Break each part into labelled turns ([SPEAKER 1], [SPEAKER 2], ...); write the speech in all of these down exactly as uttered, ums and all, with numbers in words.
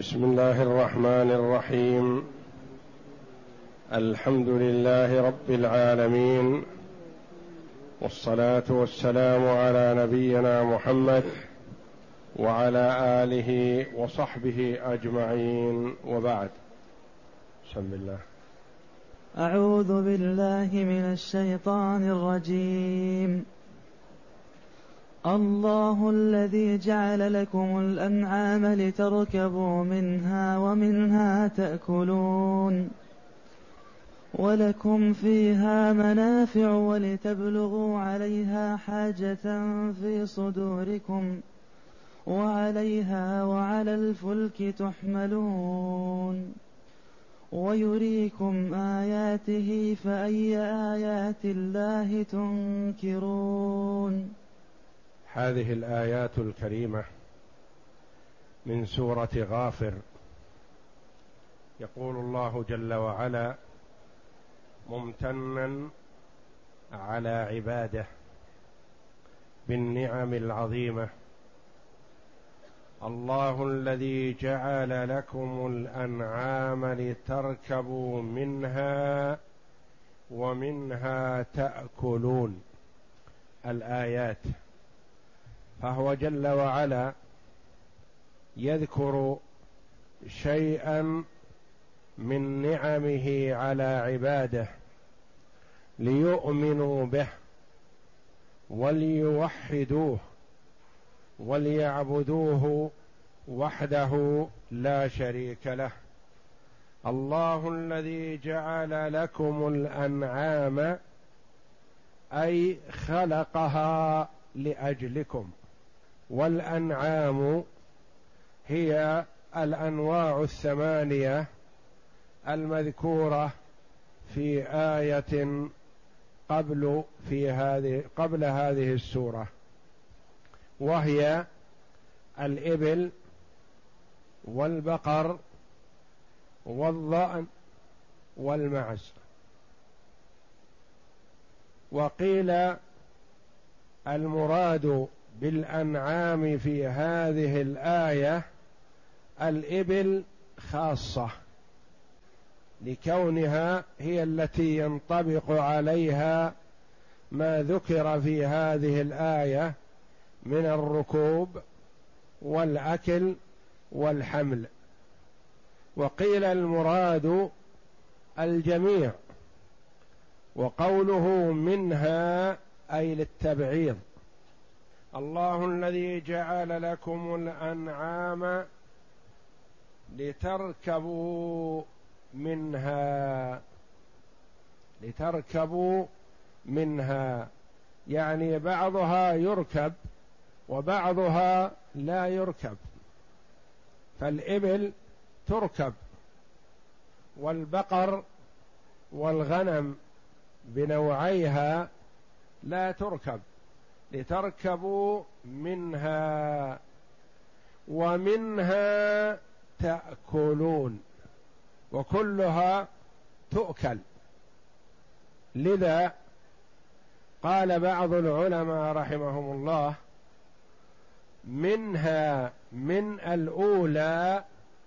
[SPEAKER 1] بسم الله الرحمن الرحيم. الحمد لله رب العالمين، والصلاة والسلام على نبينا محمد وعلى آله وصحبه أجمعين، وبعد. بسم الله.
[SPEAKER 2] أعوذ بالله من الشيطان الرجيم. الله الذي جعل لكم الأنعام لتركبوا منها ومنها تأكلون ولكم فيها منافع ولتبلغوا عليها حاجة في صدوركم وعليها وعلى الفلك تحملون ويريكم آياته فأي آيات الله تنكرون.
[SPEAKER 1] هذه الآيات الكريمة من سورة غافر. يقول الله جل وعلا ممتنا على عباده بالنعم العظيمة: الله الذي جعل لكم الأنعام لتركبوا منها ومنها تأكلون. الآيات. فهو جل وعلا يذكر شيئا من نعمه على عباده ليؤمنوا به وليوحدوه وليعبدوه وحده لا شريك له. الله الذي جعل لكم الأنعام أي خلقها لأجلكم، والأنعام هي الأنواع الثمانية المذكورة في آية قبل في هذه قبل هذه السورة، وهي الإبل والبقر والضأن والمعز. وقيل المراد بالأنعام في هذه الآية الإبل خاصة، لكونها هي التي ينطبق عليها ما ذكر في هذه الآية من الركوب والأكل والحمل. وقيل المراد الجميع، وقوله منها أي للتبعيض. الله الذي جعل لكم الأنعام لتركبوا منها لتركبوا منها يعني بعضها يركب وبعضها لا يركب. فالإبل تركب، والبقر والغنم بنوعيها لا تركب، لتركبوا منها ومنها تأكلون، وكلها تؤكل. لذا قال بعض العلماء رحمهم الله منها من الأولى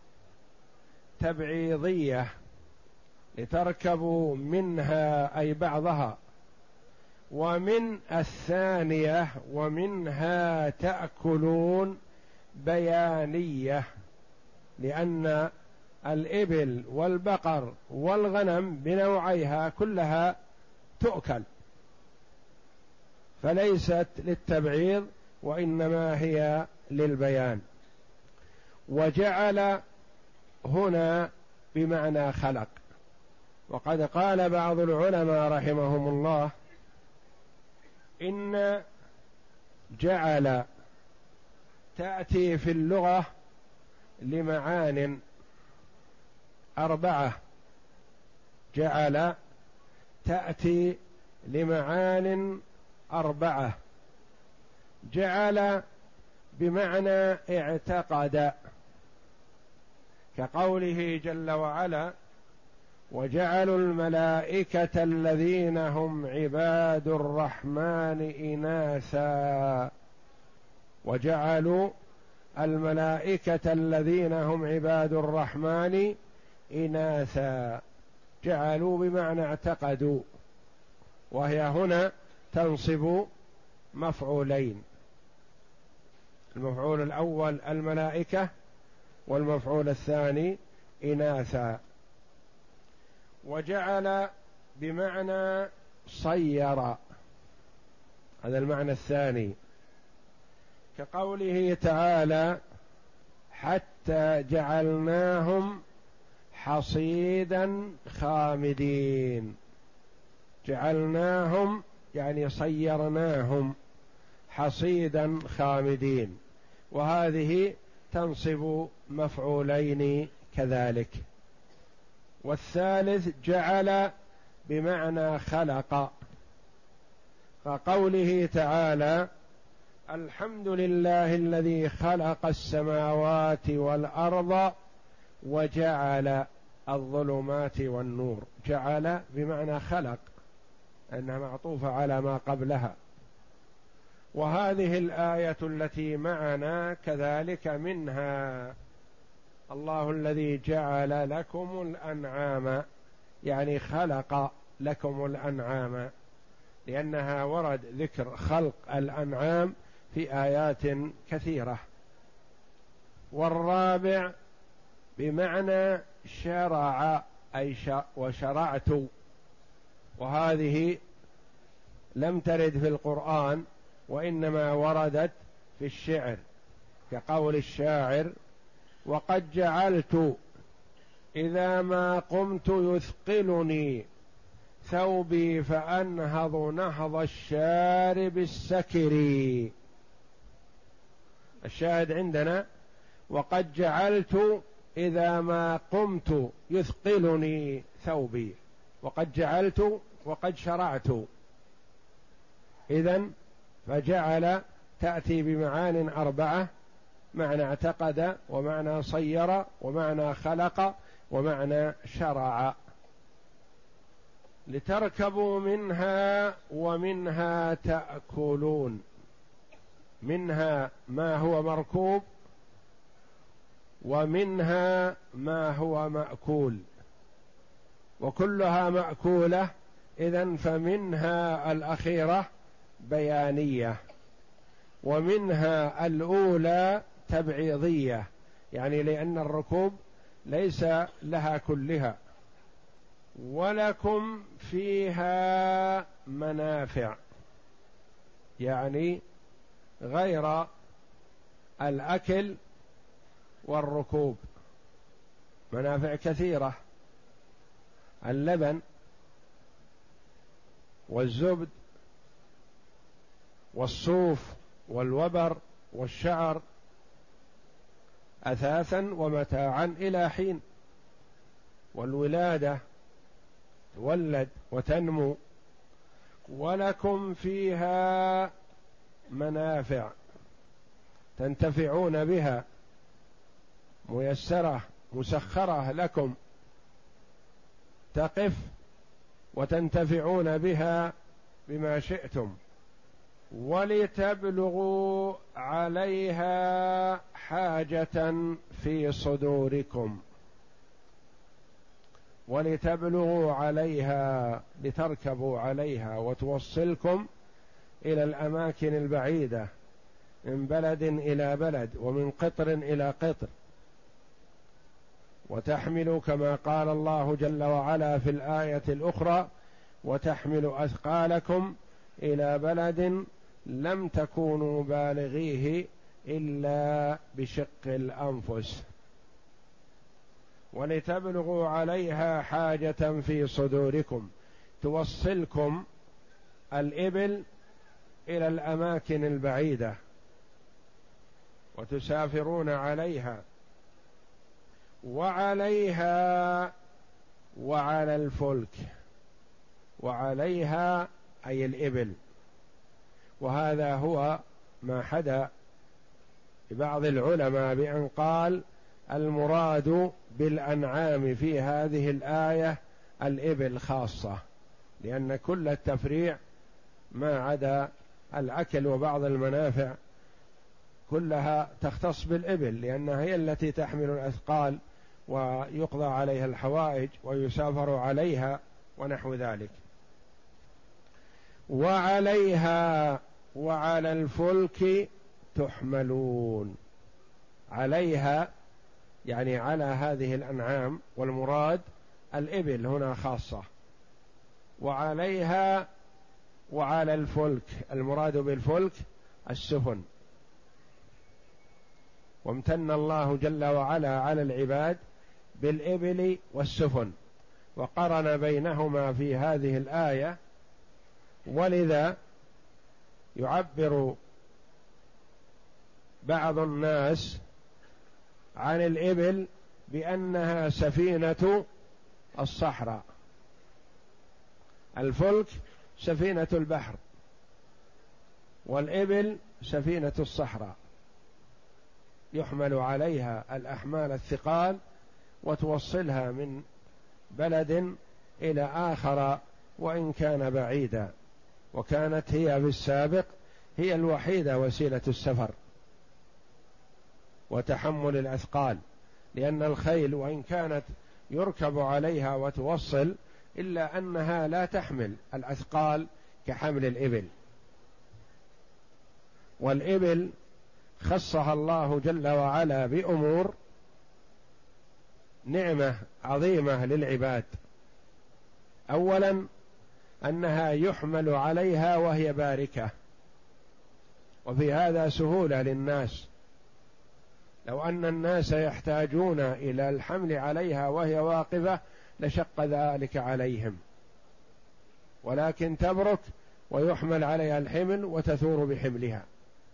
[SPEAKER 1] تبعيضية، لتركبوا منها أي بعضها، ومن الثانية ومنها تأكلون بيانية، لأن الإبل والبقر والغنم بنوعيها كلها تؤكل، فليست للتبعيض وإنما هي للبيان. وجعل هنا بمعنى خلق. وقد قال بعض العلماء رحمهم الله إن جعل تأتي في اللغة لمعان أربعة. جعل تأتي لمعان أربعة. جعل بمعنى اعتقد، كقوله جل وعلا: وجعلوا الملائكة الذين هم عباد الرحمن إناثا وجعلوا الملائكة الذين هم عباد الرحمن إناثا، جعلوا بمعنى اعتقدوا، وهي هنا تنصب مفعولين، المفعول الأول الملائكة، والمفعول الثاني إناثا. وجعل بمعنى صير، هذا المعنى الثاني، كقوله تعالى حتى جعلناهم حصيدا خامدين، جعلناهم يعني صيرناهم حصيدا خامدين، وهذه تنصب مفعولين كذلك. والثالث جعل بمعنى خلق، كقوله تعالى الحمد لله الذي خلق السماوات والأرض وجعل الظلمات والنور، جعل بمعنى خلق أنها معطوفة على ما قبلها. وهذه الآية التي معنا كذلك منها الله الذي جعل لكم الأنعام، يعني خلق لكم الأنعام، لأنها ورد ذكر خلق الأنعام في آيات كثيرة. والرابع بمعنى شرع، أي وشرعت، وهذه لم ترد في القرآن وإنما وردت في الشعر، كقول الشاعر وقد جعلت إذا ما قمت يثقلني ثوبي فأنهض نهض الشارب السكري. الشاهد عندنا وقد جعلت إذا ما قمت يثقلني ثوبي، وقد جعلت وقد شرعت، إذن فجعل تأتي بمعان أربعة: معنى اعتقد، ومعنى صير، ومعنى خلق، ومعنى شرع. لتركبوا منها ومنها تأكلون، منها ما هو مركوب ومنها ما هو مأكول، وكلها مأكولة، إذن فمنها الأخيرة بيانية، ومنها الأولى تبعيضية، يعني لأن الركوب ليس لها كلها. ولكم فيها منافع، يعني غير الأكل والركوب، منافع كثيرة: اللبن والزبد والصوف والوبر والشعر أثاثا ومتاعا إلى حين، والولادة تولد وتنمو. ولكم فيها منافع تنتفعون بها، ميسرة مسخرة لكم، تقف وتنتفعون بها بما شئتم. ولتبلغوا عليها حاجة في صدوركم، ولتبلغوا عليها، لتركبوا عليها وتوصلكم إلى الأماكن البعيدة، من بلد إلى بلد، ومن قطر إلى قطر، وتحملوا كما قال الله جل وعلا في الآية الأخرى: وتحملوا أثقالكم إلى بلد لم تكونوا بالغيه إلا بشق الأنفس. ولتبلغوا عليها حاجة في صدوركم، توصلكم الإبل إلى الأماكن البعيدة وتسافرون عليها. وعليها وعلى الفلك، وعليها أي الإبل. وهذا هو ما حدا لبعض العلماء بأن قال المراد بالأنعام في هذه الآية الإبل خاصة، لأن كل التفريع ما عدا الأكل وبعض المنافع كلها تختص بالإبل، لأنها هي التي تحمل الأثقال ويقضى عليها الحوائج ويسافر عليها ونحو ذلك. وعليها وعلى الفلك تحملون. عليها يعني على هذه الأنعام، والمراد الإبل هنا خاصة. وعليها وعلى الفلك، المراد بالفلك السفن. وامتن الله جل وعلا على العباد بالإبل والسفن، وقرن بينهما في هذه الآية، ولذا يعبر بعض الناس عن الإبل بأنها سفينة الصحراء. الفلك سفينة البحر، والإبل سفينة الصحراء، يحمل عليها الأحمال الثقال وتوصلها من بلد إلى آخر وإن كان بعيدا. وكانت هي في السابق هي الوحيدة وسيلة السفر وتحمل الأثقال، لأن الخيل وإن كانت يركب عليها وتوصل إلا أنها لا تحمل الأثقال كحمل الإبل. والإبل خصها الله جل وعلا بأمور نعمة عظيمة للعباد. أولا أنها يحمل عليها وهي باركة، وفي هذا سهولة للناس. لو أن الناس يحتاجون إلى الحمل عليها وهي واقفة لشق ذلك عليهم، ولكن تبرك ويحمل عليها الحمل وتثور بحملها.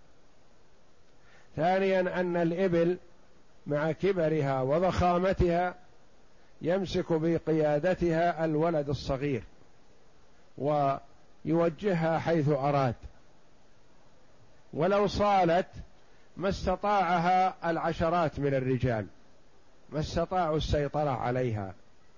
[SPEAKER 1] ثانيا أن الإبل مع كبرها وضخامتها يمسك بقيادتها الولد الصغير ويوجهها حيث أراد، ولو صالت ما استطاعها العشرات من الرجال، ما استطاعوا السيطرة عليها.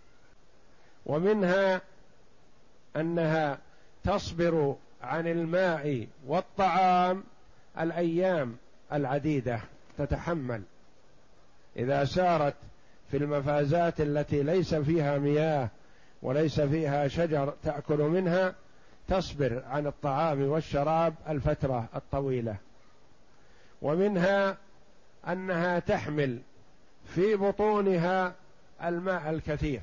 [SPEAKER 1] ومنها أنها تصبر عن الماء والطعام الأيام العديدة، تتحمل. إذا سارت في المفازات التي ليس فيها مياه وليس فيها شجر تأكل منها تصبر عن الطعام والشراب الفترة الطويلة. ومنها أنها تحمل في بطونها الماء الكثير،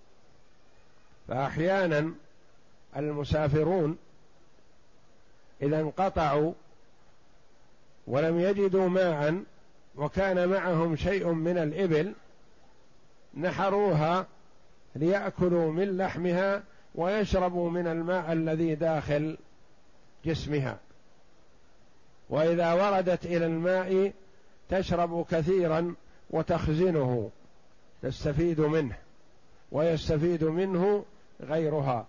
[SPEAKER 1] فأحيانا المسافرون إذا انقطعوا ولم يجدوا ماء وكان معهم شيء من الإبل نحروها ليأكلوا من لحمها ويشربوا من الماء الذي داخل جسمها، وإذا وردت إلى الماء تشرب كثيرا وتخزنه، تستفيد منه ويستفيد منه غيرها.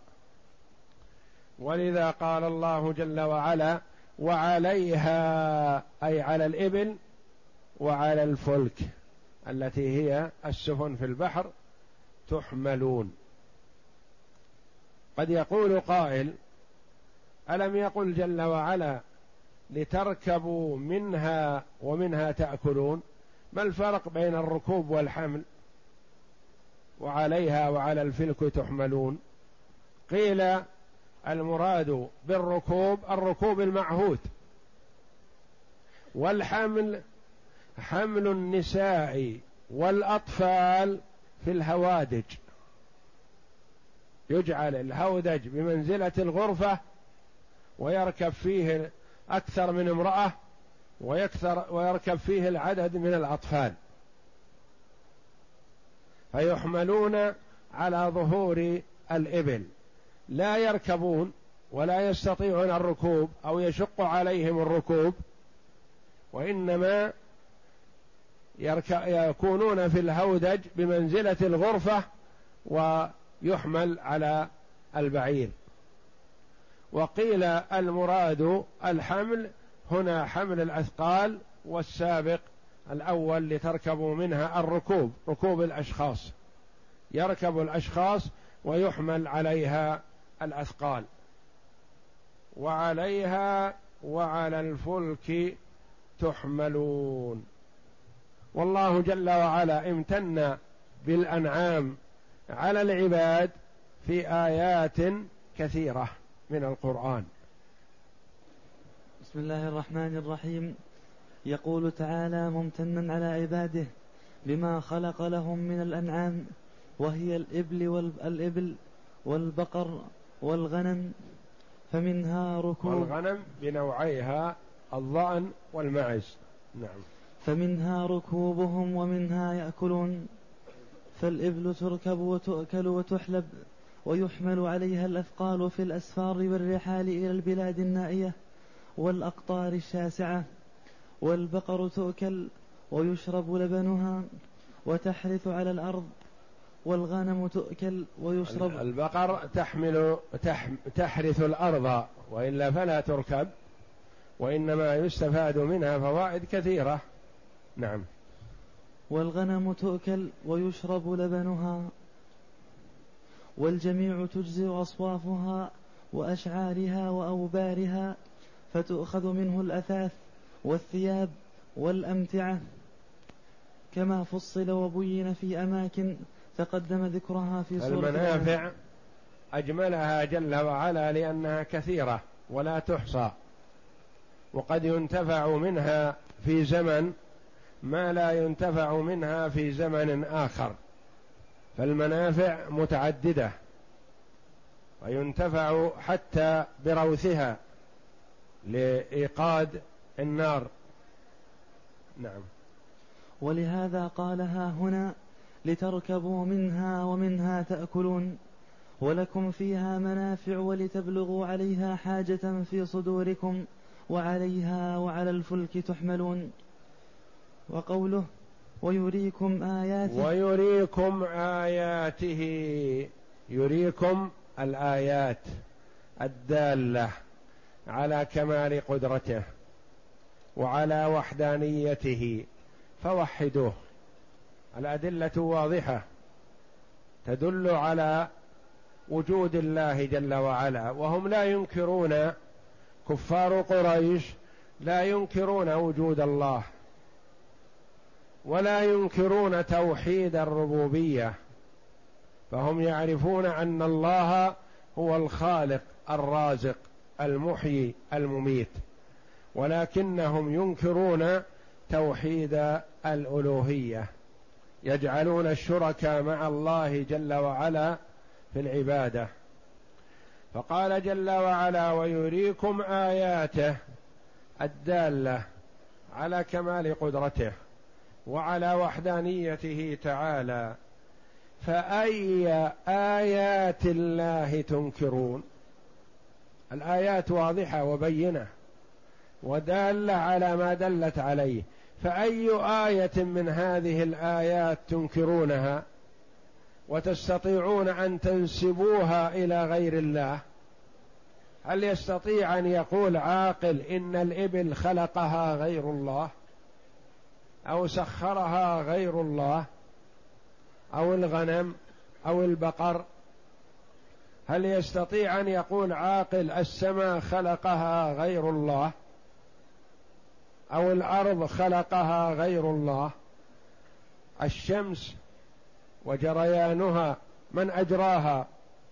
[SPEAKER 1] ولذا قال الله جل وعلا: وعليها، أي على الإبل وعلى الفلك التي هي السفن في البحر تحملون. قد يقول قائل: ألم يقل جل وعلا لتركبوا منها ومنها تأكلون؟ ما الفرق بين الركوب والحمل؟ وعليها وعلى الفلك تحملون. قيل المراد بالركوب الركوب المعهود، والحمل حمل النساء والأطفال في الهوادج، يجعل الهودج بمنزلة الغرفة ويركب فيه أكثر من امرأة ويكثر ويركب فيه العدد من الأطفال، فيحملون على ظهور الإبل، لا يركبون ولا يستطيعون الركوب أو يشق عليهم الركوب، وإنما يكونون في الهودج بمنزلة الغرفة ويحمل على البعير. وقيل المراد الحمل هنا حمل الأثقال، والسابق الأول لتركبوا منها الركوب، ركوب الأشخاص، يركب الأشخاص ويحمل عليها الأثقال. وعليها وعلى الفلك تحملون. والله جل وعلا امتن بالأنعام على العباد في آيات كثيرة من القرآن.
[SPEAKER 2] بسم الله الرحمن الرحيم. يقول تعالى ممتنا على عباده بما خلق لهم من الأنعام، وهي الإبل والإبل والبقر والغنم، فمنها ركوب
[SPEAKER 1] والغنم بنوعيها الضأن والمعز. نعم.
[SPEAKER 2] فمنها ركوبهم ومنها يأكلون. فالإبل تركب وتؤكل وتحلب، ويحمل عليها الأثقال في الأسفار والرحال إلى البلاد النائية والأقطار الشاسعة. والبقر تؤكل ويشرب لبنها وتحرث على الأرض. والغنم تؤكل ويشرب.
[SPEAKER 1] البقر تحمل تحرث الأرض وإلا فلا تركب، وإنما يستفاد منها فوائد كثيرة. نعم.
[SPEAKER 2] والغنم تؤكل ويشرب لبنها. والجميع تجزئ أصوافها وأشعارها وأوبارها، فتؤخذ منه الأثاث والثياب والأمتعة، كما فصل وبين في أماكن تقدم ذكرها في سورة
[SPEAKER 1] المنافع أجملها جل وعلا لأنها كثيرة ولا تحصى، وقد ينتفع منها في زمن ما لا ينتفع منها في زمن آخر، فالمنافع متعددة، وينتفع حتى بروثها لإيقاد النار. نعم.
[SPEAKER 2] ولهذا قالها هنا لتركبوا منها ومنها تأكلون، ولكم فيها منافع ولتبلغوا عليها حاجة في صدوركم، وعليها وعلى الفلك تحملون. وقوله ويريكم آياته
[SPEAKER 1] ويريكم آياته، يريكم الآيات الدالة على كمال قدرته وعلى وحدانيته، فوحدوه. الأدلة واضحة تدل على وجود الله جل وعلا، وهم لا ينكرون، كفار قريش لا ينكرون وجود الله ولا ينكرون توحيد الربوبية، فهم يعرفون أن الله هو الخالق الرازق المحيي المميت، ولكنهم ينكرون توحيد الألوهية، يجعلون الشركاء مع الله جل وعلا في العبادة. فقال جل وعلا ويريكم آياته الدالة على كمال قدرته وعلى وحدانيته تعالى. فأي آيات الله تنكرون؟ الآيات واضحة وبينة ودالة على ما دلت عليه، فأي آية من هذه الآيات تنكرونها وتستطيعون أن تنسبوها إلى غير الله؟ هل يستطيع أن يقول عاقل إن الإبل خلقها غير الله أو سخرها غير الله أو الغنم أو البقر؟ هل يستطيع أن يقول عاقل السماء خلقها غير الله أو الأرض خلقها غير الله؟ الشمس وجريانها من أجراها؟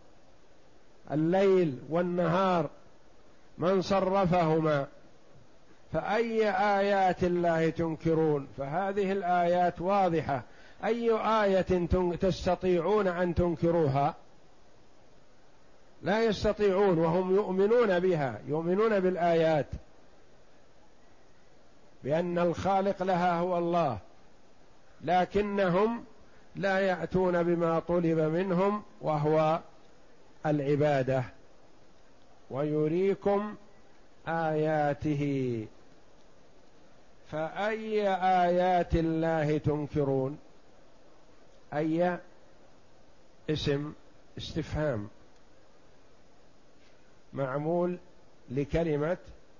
[SPEAKER 1] الليل والنهار من صرفهما؟ فأي آيات الله تنكرون؟ فهذه الآيات واضحة، أي آية تستطيعون أن تنكروها؟ لا يستطيعون، وهم يؤمنون بها، يؤمنون بالآيات بأن الخالق لها هو الله، لكنهم لا يأتون بما طلب منهم وهو العبادة. ويريكم آياته، فأي آيات الله تنكرون؟ أي اسم استفهام معمول لكلمة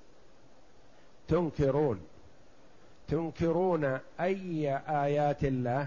[SPEAKER 1] تنكرون، تنكرون أي آيات الله.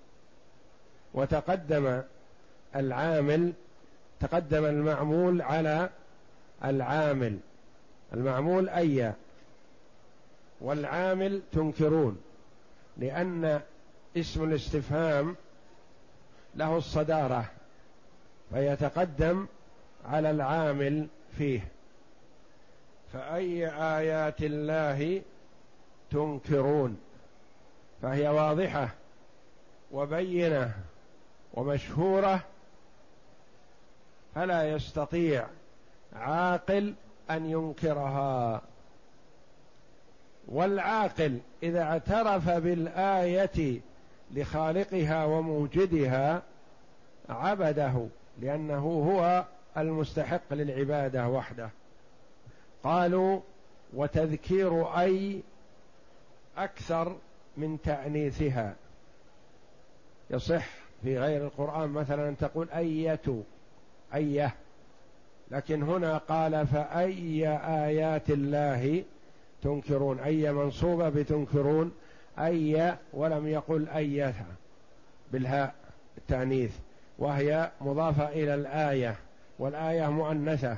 [SPEAKER 1] وتقدم العامل، تقدم المعمول على العامل، المعمول أي، والعامل تنكرون، لأن اسم الاستفهام له الصدارة فيتقدم على العامل فيه. فأي آيات الله تنكرون، فهي واضحة وبينة ومشهورة، فلا يستطيع عاقل أن ينكرها. والعاقل إذا اعترف بالآية لخالقها وموجدها عبده، لأنه هو المستحق للعبادة وحده. قالوا وتذكير أي أكثر من تأنيثها، يصح في غير القرآن مثلا أن تقول أية أيه، لكن هنا قال فأي آيات الله تنكرون، أي منصوبة بتنكرون أي، ولم يقل أيها بالهاء التأنيث، وهي مضافة إلى الآية، والآية مؤنثة.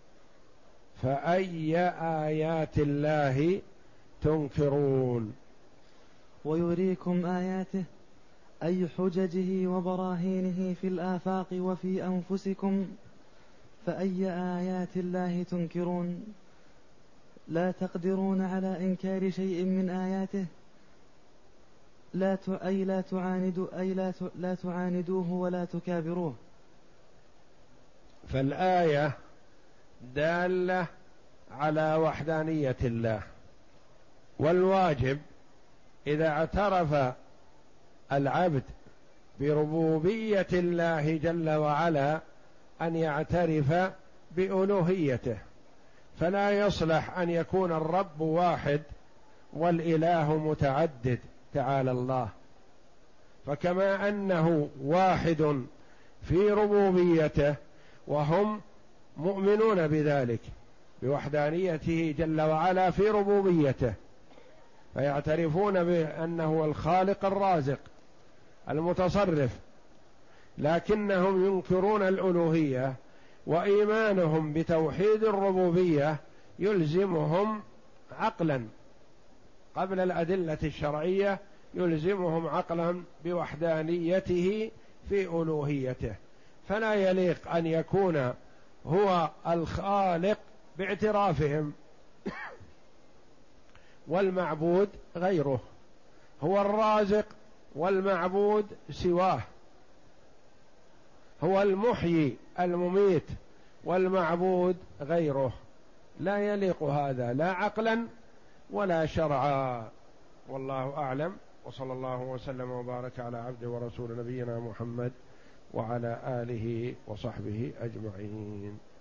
[SPEAKER 1] فأي آيات الله تنكرون.
[SPEAKER 2] ويريكم آياته أي حججه وبراهينه في الآفاق وفي أنفسكم، فأي آيات الله تنكرون؟ لا تقدرون على إنكار شيء من آياته، لا أي لا تعاندوا أي لا لا تعاندوه ولا تكابروه.
[SPEAKER 1] فالآية دالة على وحدانية الله، والواجب إذا اعترف العبد بربوبية الله جل وعلا أن يعترف بألوهيته، فلا يصلح أن يكون الرب واحد والإله متعدد تعالى الله. فكما أنه واحد في ربوبيته وهم مؤمنون بذلك بوحدانيته جل وعلا في ربوبيته، فيعترفون بأنه هو الخالق الرازق المتصرف، لكنهم ينكرون الألوهية، وإيمانهم بتوحيد الربوبية يلزمهم عقلا قبل الأدلة الشرعية، يلزمهم عقلا بوحدانيته في ألوهيته. فلا يليق أن يكون هو الخالق باعترافهم والمعبود غيره، هو الرازق والمعبود سواه، هو المحيي المميت والمعبود غيره. لا يليق هذا لا عقلا ولا شرعا. والله أعلم، وصلى الله وسلم وبارك على عبده ورسول نبينا محمد وعلى آله وصحبه أجمعين.